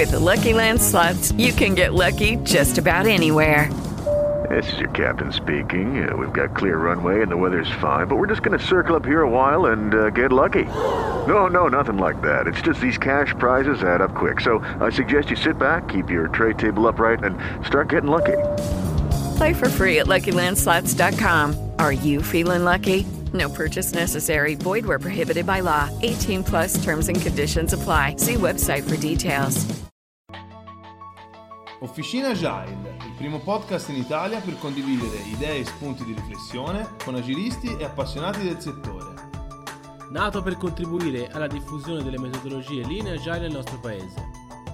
With the Lucky Land Slots, you can get lucky just about anywhere. This is your captain speaking. We've got clear runway and the weather's fine, but we're just going to circle up here a while and get lucky. No, nothing like that. It's just these cash prizes add up quick. So I suggest you sit back, keep your tray table upright, and start getting lucky. Play for free at LuckyLandSlots.com. Are you feeling lucky? No purchase necessary. Void where prohibited by law. 18 plus terms and conditions apply. See website for details. Officina Agile, il primo podcast in Italia per condividere idee e spunti di riflessione con agilisti e appassionati del settore. Nato per contribuire alla diffusione delle metodologie Lean e Agile nel nostro paese.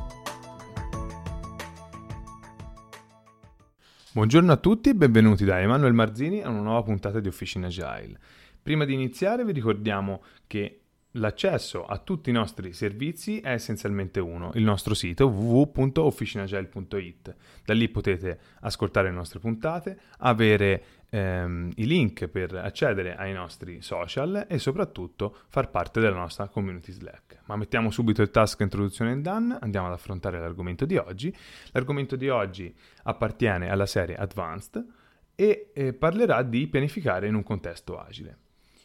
Buongiorno a tutti e benvenuti da Emanuele Marzini a una nuova puntata di Officina Agile. Prima di iniziare vi ricordiamo che l'accesso a tutti i nostri servizi è essenzialmente uno, il nostro sito www.officinagile.it. Da lì potete ascoltare le nostre puntate, avere i link per accedere ai nostri social e soprattutto far parte della nostra community Slack. Ma mettiamo subito il task introduzione and done, andiamo ad affrontare l'argomento di oggi. L'argomento di oggi appartiene alla serie Advanced e parlerà di pianificare in un contesto agile.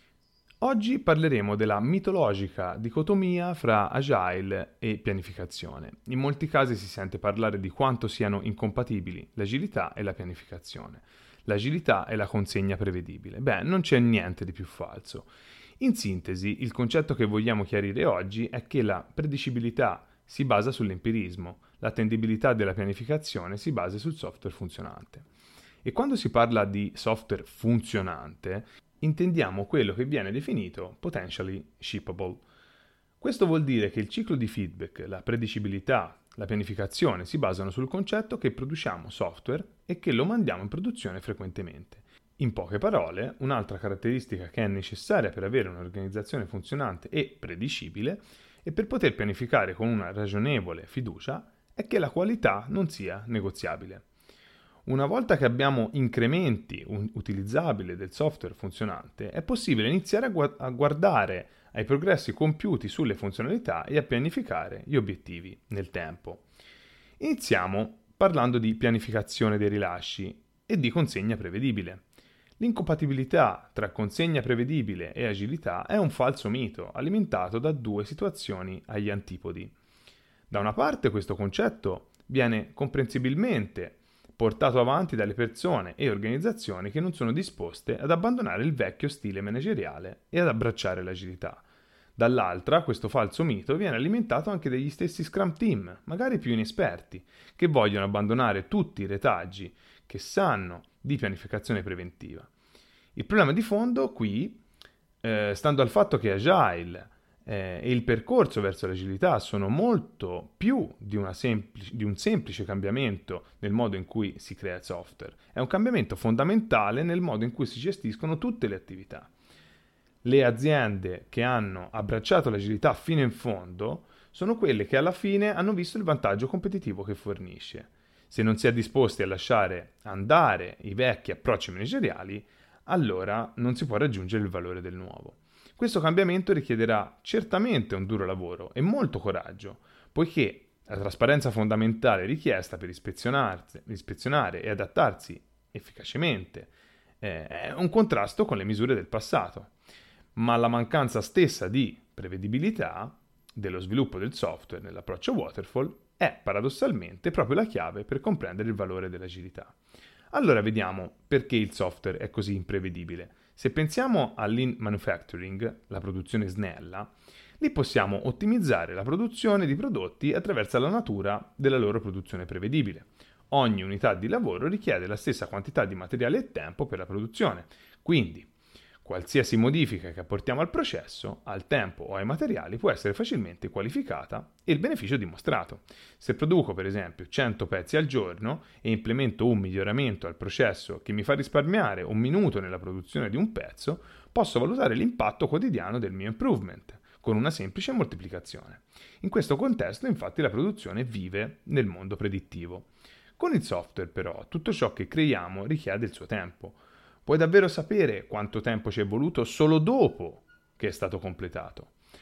Oggi parleremo della mitologica dicotomia fra agile e pianificazione. In molti casi si sente parlare di quanto siano incompatibili l'agilità e la pianificazione. L'agilità è la consegna prevedibile. Beh, non c'è niente di più falso. In sintesi, il concetto che vogliamo chiarire oggi è che la predicibilità si basa sull'empirismo, l'attendibilità della pianificazione si basa sul software funzionante. E quando si parla di software funzionante, intendiamo quello che viene definito potentially shippable. Questo vuol dire che il ciclo di feedback, la predicibilità, la pianificazione si basano sul concetto che produciamo software e che lo mandiamo in produzione frequentemente. In poche parole, un'altra caratteristica che è necessaria per avere un'organizzazione funzionante e predicibile e per poter pianificare con una ragionevole fiducia è che la qualità non sia negoziabile. Una volta che abbiamo incrementi utilizzabili del software funzionante, è possibile iniziare a guardare ai progressi compiuti sulle funzionalità e a pianificare gli obiettivi nel tempo. Iniziamo parlando di pianificazione dei rilasci e di consegna prevedibile. L'incompatibilità tra consegna prevedibile e agilità è un falso mito alimentato da due situazioni agli antipodi. Da una parte questo concetto viene comprensibilmente portato avanti dalle persone e organizzazioni che non sono disposte ad abbandonare il vecchio stile manageriale e ad abbracciare l'agilità. Dall'altra, questo falso mito viene alimentato anche dagli stessi Scrum Team, magari più inesperti, che vogliono abbandonare tutti i retaggi che sanno di pianificazione preventiva. Il problema di fondo qui, stando al fatto che Agile e il percorso verso l'agilità sono molto più di un semplice cambiamento nel modo in cui si crea il software. È un cambiamento fondamentale nel modo in cui si gestiscono tutte le attività. Le aziende che hanno abbracciato l'agilità fino in fondo sono quelle che alla fine hanno visto il vantaggio competitivo che fornisce. Se non si è disposti a lasciare andare i vecchi approcci manageriali, allora non si può raggiungere il valore del nuovo. Questo cambiamento richiederà certamente un duro lavoro e molto coraggio, poiché la trasparenza fondamentale richiesta per ispezionare e adattarsi efficacemente è un contrasto con le misure del passato, ma la mancanza stessa di prevedibilità dello sviluppo del software nell'approccio waterfall è paradossalmente proprio la chiave per comprendere il valore dell'agilità. Allora vediamo perché il software è così imprevedibile. Se pensiamo al lean manufacturing, la produzione snella, lì possiamo ottimizzare la produzione di prodotti attraverso la natura della loro produzione prevedibile. Ogni unità di lavoro richiede la stessa quantità di materiale e tempo per la produzione, quindi qualsiasi modifica che apportiamo al processo, al tempo o ai materiali può essere facilmente qualificata e il beneficio dimostrato. Se produco per esempio 100 pezzi al giorno e implemento un miglioramento al processo che mi fa risparmiare un minuto nella produzione di un pezzo, posso valutare l'impatto quotidiano del mio improvement con una semplice moltiplicazione. In questo contesto infatti la produzione vive nel mondo predittivo. Con il software però tutto ciò che creiamo richiede il suo tempo. Puoi davvero sapere quanto tempo ci è voluto solo dopo che è stato completato.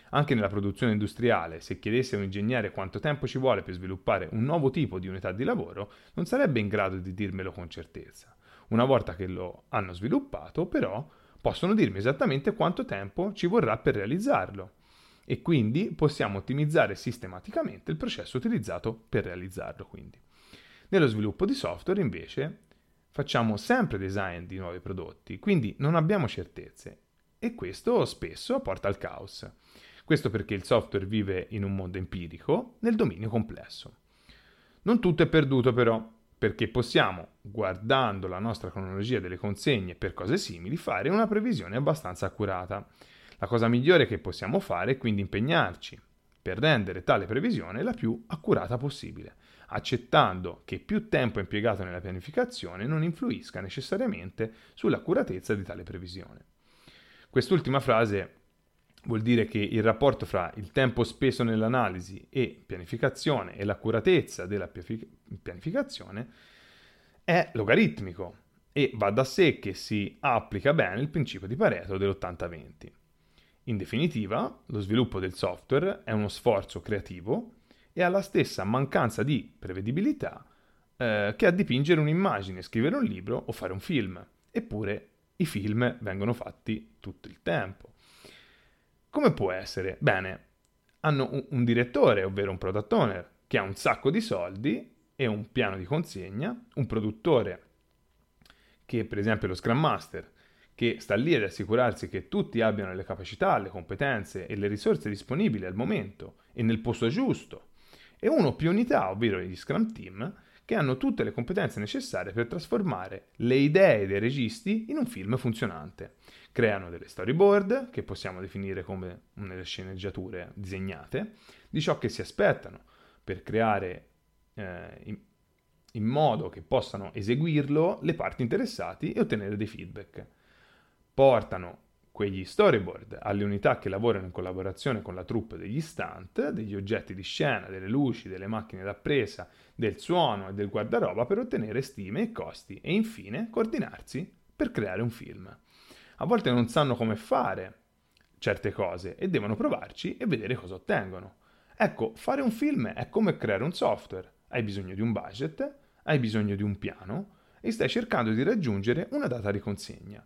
Anche nella produzione industriale, se chiedesse a un ingegnere quanto tempo ci vuole per sviluppare un nuovo tipo di unità di lavoro, non sarebbe in grado di dirmelo con certezza. Una volta che lo hanno sviluppato, però, possono dirmi esattamente quanto tempo ci vorrà per realizzarlo. E quindi possiamo ottimizzare sistematicamente il processo utilizzato per realizzarlo. Quindi. Nello sviluppo di software, invece, facciamo sempre design di nuovi prodotti, quindi non abbiamo certezze. E questo spesso porta al caos. Questo perché il software vive in un mondo empirico nel dominio complesso. Non tutto è perduto però, perché possiamo, guardando la nostra cronologia delle consegne per cose simili, fare una previsione abbastanza accurata. La cosa migliore che possiamo fare è quindi impegnarci per rendere tale previsione la più accurata possibile, accettando che più tempo impiegato nella pianificazione non influisca necessariamente sull'accuratezza di tale previsione. Quest'ultima frase vuol dire che il rapporto fra il tempo speso nell'analisi e pianificazione e l'accuratezza della pianificazione è logaritmico e va da sé che si applica bene il principio di Pareto dell'80-20. In definitiva, lo sviluppo del software è uno sforzo creativo e ha la stessa mancanza di prevedibilità che a dipingere un'immagine, scrivere un libro o fare un film. Eppure i film vengono fatti tutto il tempo. Come può essere? Bene, hanno un direttore, ovvero un product owner, che ha un sacco di soldi e un piano di consegna, un produttore, che per esempio è lo Scrum Master, che sta lì ad assicurarsi che tutti abbiano le capacità, le competenze e le risorse disponibili al momento e nel posto giusto, e uno più unità, ovvero gli Scrum Team, che hanno tutte le competenze necessarie per trasformare le idee dei registi in un film funzionante. Creano delle storyboard, che possiamo definire come delle sceneggiature disegnate, di ciò che si aspettano per creare in modo che possano eseguirlo le parti interessate e ottenere dei feedback. Portano quegli storyboard alle unità che lavorano in collaborazione con la troupe degli stunt, degli oggetti di scena, delle luci, delle macchine da presa, del suono e del guardaroba per ottenere stime e costi e infine coordinarsi per creare un film. A volte non sanno come fare certe cose e devono provarci e vedere cosa ottengono. Ecco, fare un film è come creare un software. Hai bisogno di un budget, hai bisogno di un piano e stai cercando di raggiungere una data di consegna.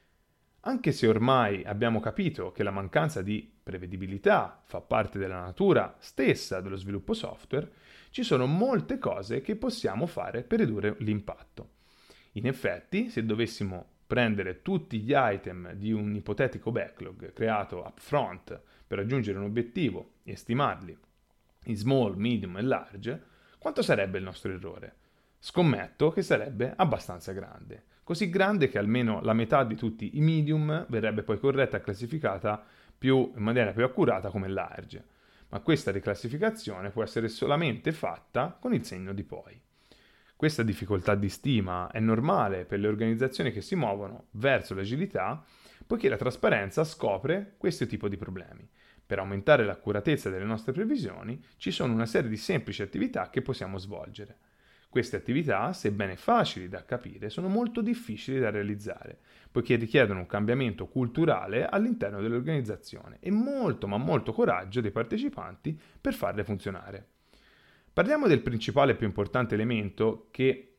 Anche se ormai abbiamo capito che la mancanza di prevedibilità fa parte della natura stessa dello sviluppo software, ci sono molte cose che possiamo fare per ridurre l'impatto. In effetti, se dovessimo prendere tutti gli item di un ipotetico backlog creato upfront per raggiungere un obiettivo e stimarli in small, medium e large, quanto sarebbe il nostro errore? Scommetto che sarebbe abbastanza grande. Così grande che almeno la metà di tutti i medium verrebbe poi corretta e classificata in maniera più accurata come large. Ma questa riclassificazione può essere solamente fatta con il segno di poi. Questa difficoltà di stima è normale per le organizzazioni che si muovono verso l'agilità, poiché la trasparenza scopre questo tipo di problemi. Per aumentare l'accuratezza delle nostre previsioni ci sono una serie di semplici attività che possiamo svolgere. Queste attività, sebbene facili da capire, sono molto difficili da realizzare, poiché richiedono un cambiamento culturale all'interno dell'organizzazione e molto ma molto coraggio dei partecipanti per farle funzionare. Parliamo del principale e più importante elemento che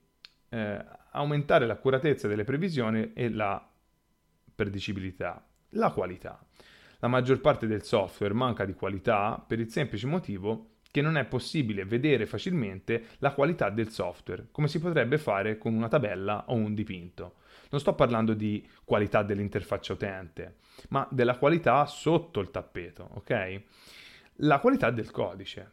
aumentare l'accuratezza delle previsioni e la predicibilità, la qualità. La maggior parte del software manca di qualità per il semplice motivo che non è possibile vedere facilmente la qualità del software, come si potrebbe fare con una tabella o un dipinto. Non sto parlando di qualità dell'interfaccia utente, ma della qualità sotto il tappeto, ok? La qualità del codice.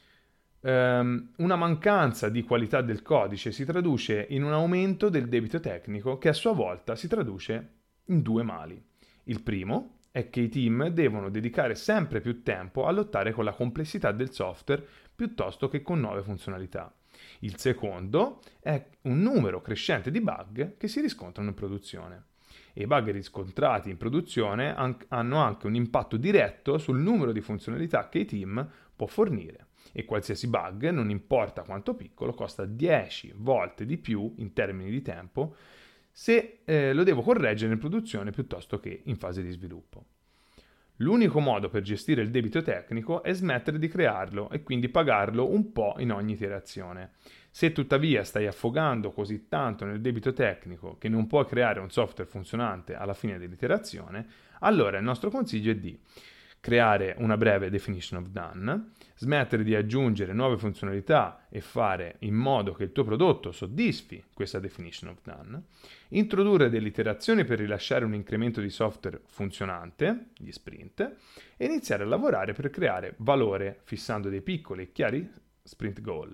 Una mancanza di qualità del codice si traduce in un aumento del debito tecnico che a sua volta si traduce in due mali. Il primo è che i team devono dedicare sempre più tempo a lottare con la complessità del software piuttosto che con nuove funzionalità. Il secondo è un numero crescente di bug che si riscontrano in produzione. E i bug riscontrati in produzione hanno anche un impatto diretto sul numero di funzionalità che i team può fornire. E qualsiasi bug, non importa quanto piccolo, costa 10 volte di più in termini di tempo se lo devo correggere in produzione piuttosto che in fase di sviluppo. L'unico modo per gestire il debito tecnico è smettere di crearlo e quindi pagarlo un po' in ogni iterazione. Se tuttavia stai affogando così tanto nel debito tecnico che non puoi creare un software funzionante alla fine dell'iterazione, allora il nostro consiglio è di creare una breve definition of done, smettere di aggiungere nuove funzionalità e fare in modo che il tuo prodotto soddisfi questa definition of done, introdurre delle iterazioni per rilasciare un incremento di software funzionante, gli sprint, e iniziare a lavorare per creare valore fissando dei piccoli e chiari sprint goal.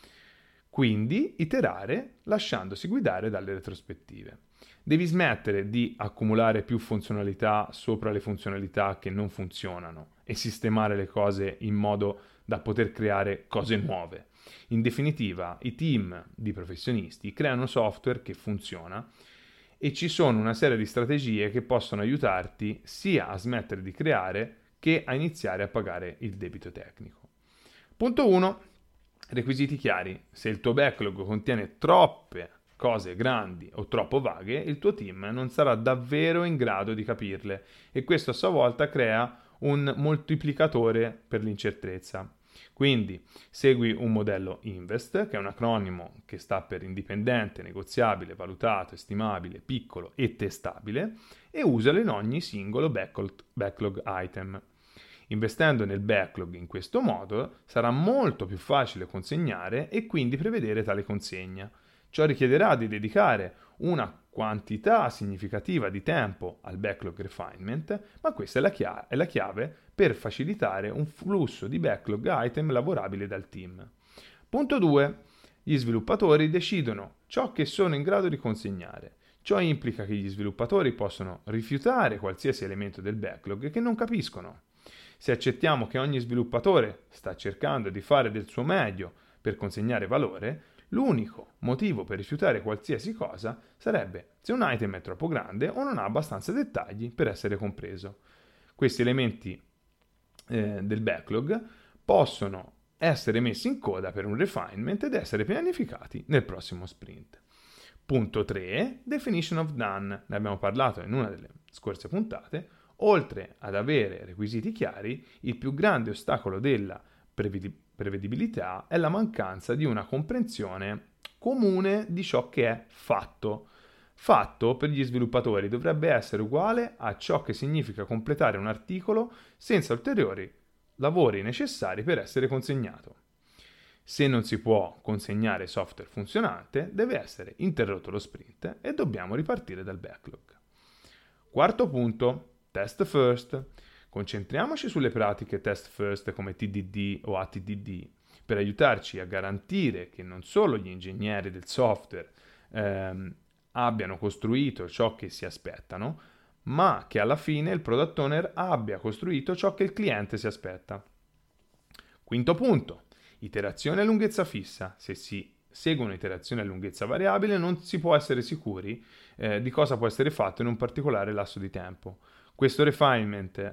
Quindi iterare lasciandosi guidare dalle retrospettive. Devi smettere di accumulare più funzionalità sopra le funzionalità che non funzionano e sistemare le cose in modo da poter creare cose nuove. In definitiva, i team di professionisti creano software che funziona e ci sono una serie di strategie che possono aiutarti sia a smettere di creare che a iniziare a pagare il debito tecnico. Punto 1. Requisiti chiari. Se il tuo backlog contiene troppe cose grandi o troppo vaghe, il tuo team non sarà davvero in grado di capirle e questo a sua volta crea un moltiplicatore per l'incertezza. Quindi segui un modello INVEST, che è un acronimo che sta per indipendente, negoziabile, valutato, estimabile, piccolo e testabile, e usalo in ogni singolo backlog item. Investendo nel backlog in questo modo sarà molto più facile consegnare e quindi prevedere tale consegna. Ciò richiederà di dedicare una quantità significativa di tempo al backlog refinement, ma questa è la chiave per facilitare un flusso di backlog item lavorabile dal team. Punto 2. Gli sviluppatori decidono ciò che sono in grado di consegnare. Ciò implica che gli sviluppatori possono rifiutare qualsiasi elemento del backlog che non capiscono. Se accettiamo che ogni sviluppatore sta cercando di fare del suo meglio per consegnare valore, l'unico motivo per rifiutare qualsiasi cosa sarebbe se un item è troppo grande o non ha abbastanza dettagli per essere compreso. Questi elementi del backlog possono essere messi in coda per un refinement ed essere pianificati nel prossimo sprint. Punto 3. Definition of done. Ne abbiamo parlato in una delle scorse puntate. Oltre ad avere requisiti chiari, il più grande ostacolo della prevedibilità è la mancanza di una comprensione comune di ciò che è fatto. Fatto per gli sviluppatori dovrebbe essere uguale a ciò che significa completare un articolo senza ulteriori lavori necessari per essere consegnato. Se non si può consegnare software funzionante, deve essere interrotto lo sprint e dobbiamo ripartire dal backlog. Quarto punto. Test first. Concentriamoci sulle pratiche test first come TDD o ATDD per aiutarci a garantire che non solo gli ingegneri del software abbiano costruito ciò che si aspettano, ma che alla fine il product owner abbia costruito ciò che il cliente si aspetta. Quinto punto. Iterazione a lunghezza fissa. Se si segue un'iterazione a lunghezza variabile non si può essere sicuri di cosa può essere fatto in un particolare lasso di tempo. Questo refinement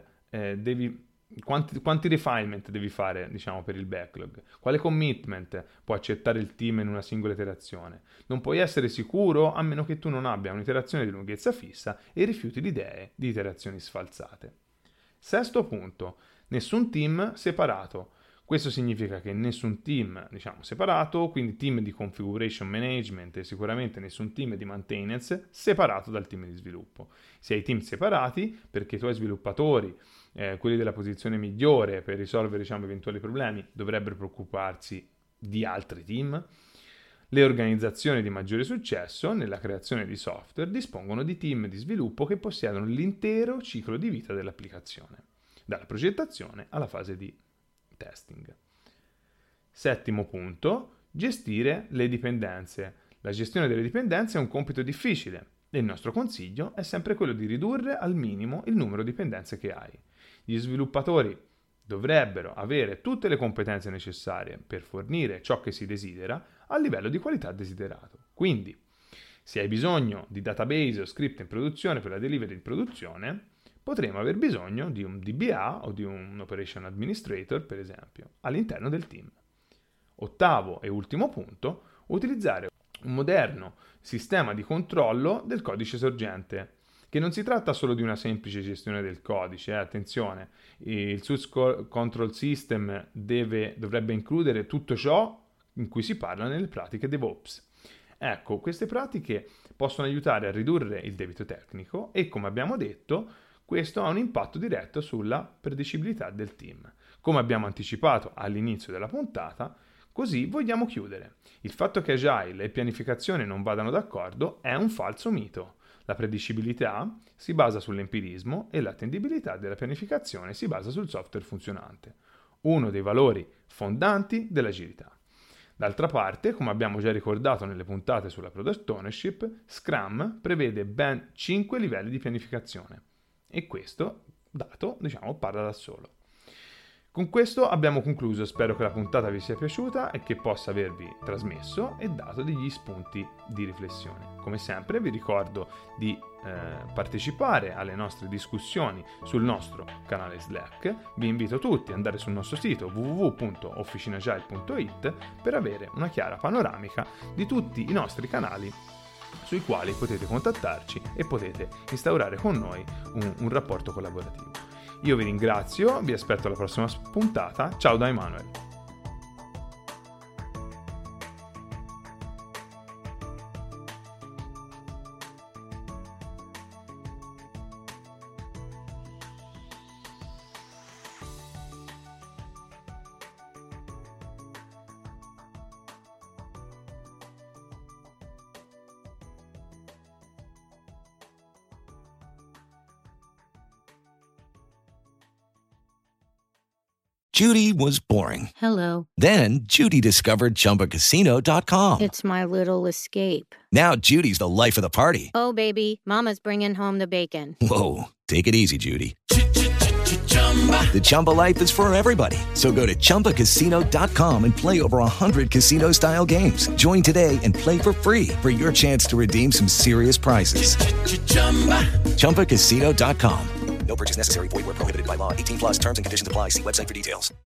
quanti refinement devi fare, diciamo, per il backlog? Quale commitment può accettare il team in una singola iterazione? Non puoi essere sicuro a meno che tu non abbia un'iterazione di lunghezza fissa e rifiuti l'idea di iterazioni sfalsate. Sesto punto. Nessun team separato. Questo significa che nessun team, diciamo, separato, quindi team di configuration management e sicuramente nessun team di maintenance separato dal team di sviluppo. Se hai team separati, perché i tuoi sviluppatori, quelli della posizione migliore per risolvere, diciamo, eventuali problemi, dovrebbero preoccuparsi di altri team. Le organizzazioni di maggiore successo nella creazione di software dispongono di team di sviluppo che possiedono l'intero ciclo di vita dell'applicazione, dalla progettazione alla fase di testing. Settimo punto, gestire le dipendenze. La gestione delle dipendenze è un compito difficile e il nostro consiglio è sempre quello di ridurre al minimo il numero di dipendenze che hai. Gli sviluppatori dovrebbero avere tutte le competenze necessarie per fornire ciò che si desidera a livello di qualità desiderato. Quindi, se hai bisogno di database o script in produzione per la delivery in produzione, potremo aver bisogno di un DBA o di un Operation Administrator, per esempio, all'interno del team. Ottavo e ultimo punto, utilizzare un moderno sistema di controllo del codice sorgente. che non si tratta solo di una semplice gestione del codice, attenzione, il Source Control System dovrebbe includere tutto ciò in cui si parla nelle pratiche DevOps. Ecco, queste pratiche possono aiutare a ridurre il debito tecnico e, come abbiamo detto, questo ha un impatto diretto sulla predicibilità del team. Come abbiamo anticipato all'inizio della puntata, così vogliamo chiudere. Il fatto che Agile e pianificazione non vadano d'accordo è un falso mito. La predicibilità si basa sull'empirismo e l'attendibilità della pianificazione si basa sul software funzionante, uno dei valori fondanti dell'agilità. D'altra parte, come abbiamo già ricordato nelle puntate sulla Product Ownership, Scrum prevede ben 5 livelli di pianificazione e questo dato, parla da solo. Con questo abbiamo concluso, spero che la puntata vi sia piaciuta e che possa avervi trasmesso e dato degli spunti di riflessione. Come sempre vi ricordo di partecipare alle nostre discussioni sul nostro canale Slack. Vi invito tutti ad andare sul nostro sito www.officinagile.it per avere una chiara panoramica di tutti i nostri canali sui quali potete contattarci e potete instaurare con noi un rapporto collaborativo. Io vi ringrazio, vi aspetto alla prossima puntata. Ciao da Emanuele. Judy was boring. Hello. Then Judy discovered ChumbaCasino.com. It's my little escape. Now Judy's the life of the party. Oh, baby, mama's bringing home the bacon. Whoa, take it easy, Judy. The Chumba life is for everybody. So go to ChumbaCasino.com and play over 100 casino-style games. Join today and play for free for your chance to redeem some serious prizes. ChumbaCasino.com. No purchase necessary. Void where prohibited by law. 18+ terms and conditions apply. See website for details.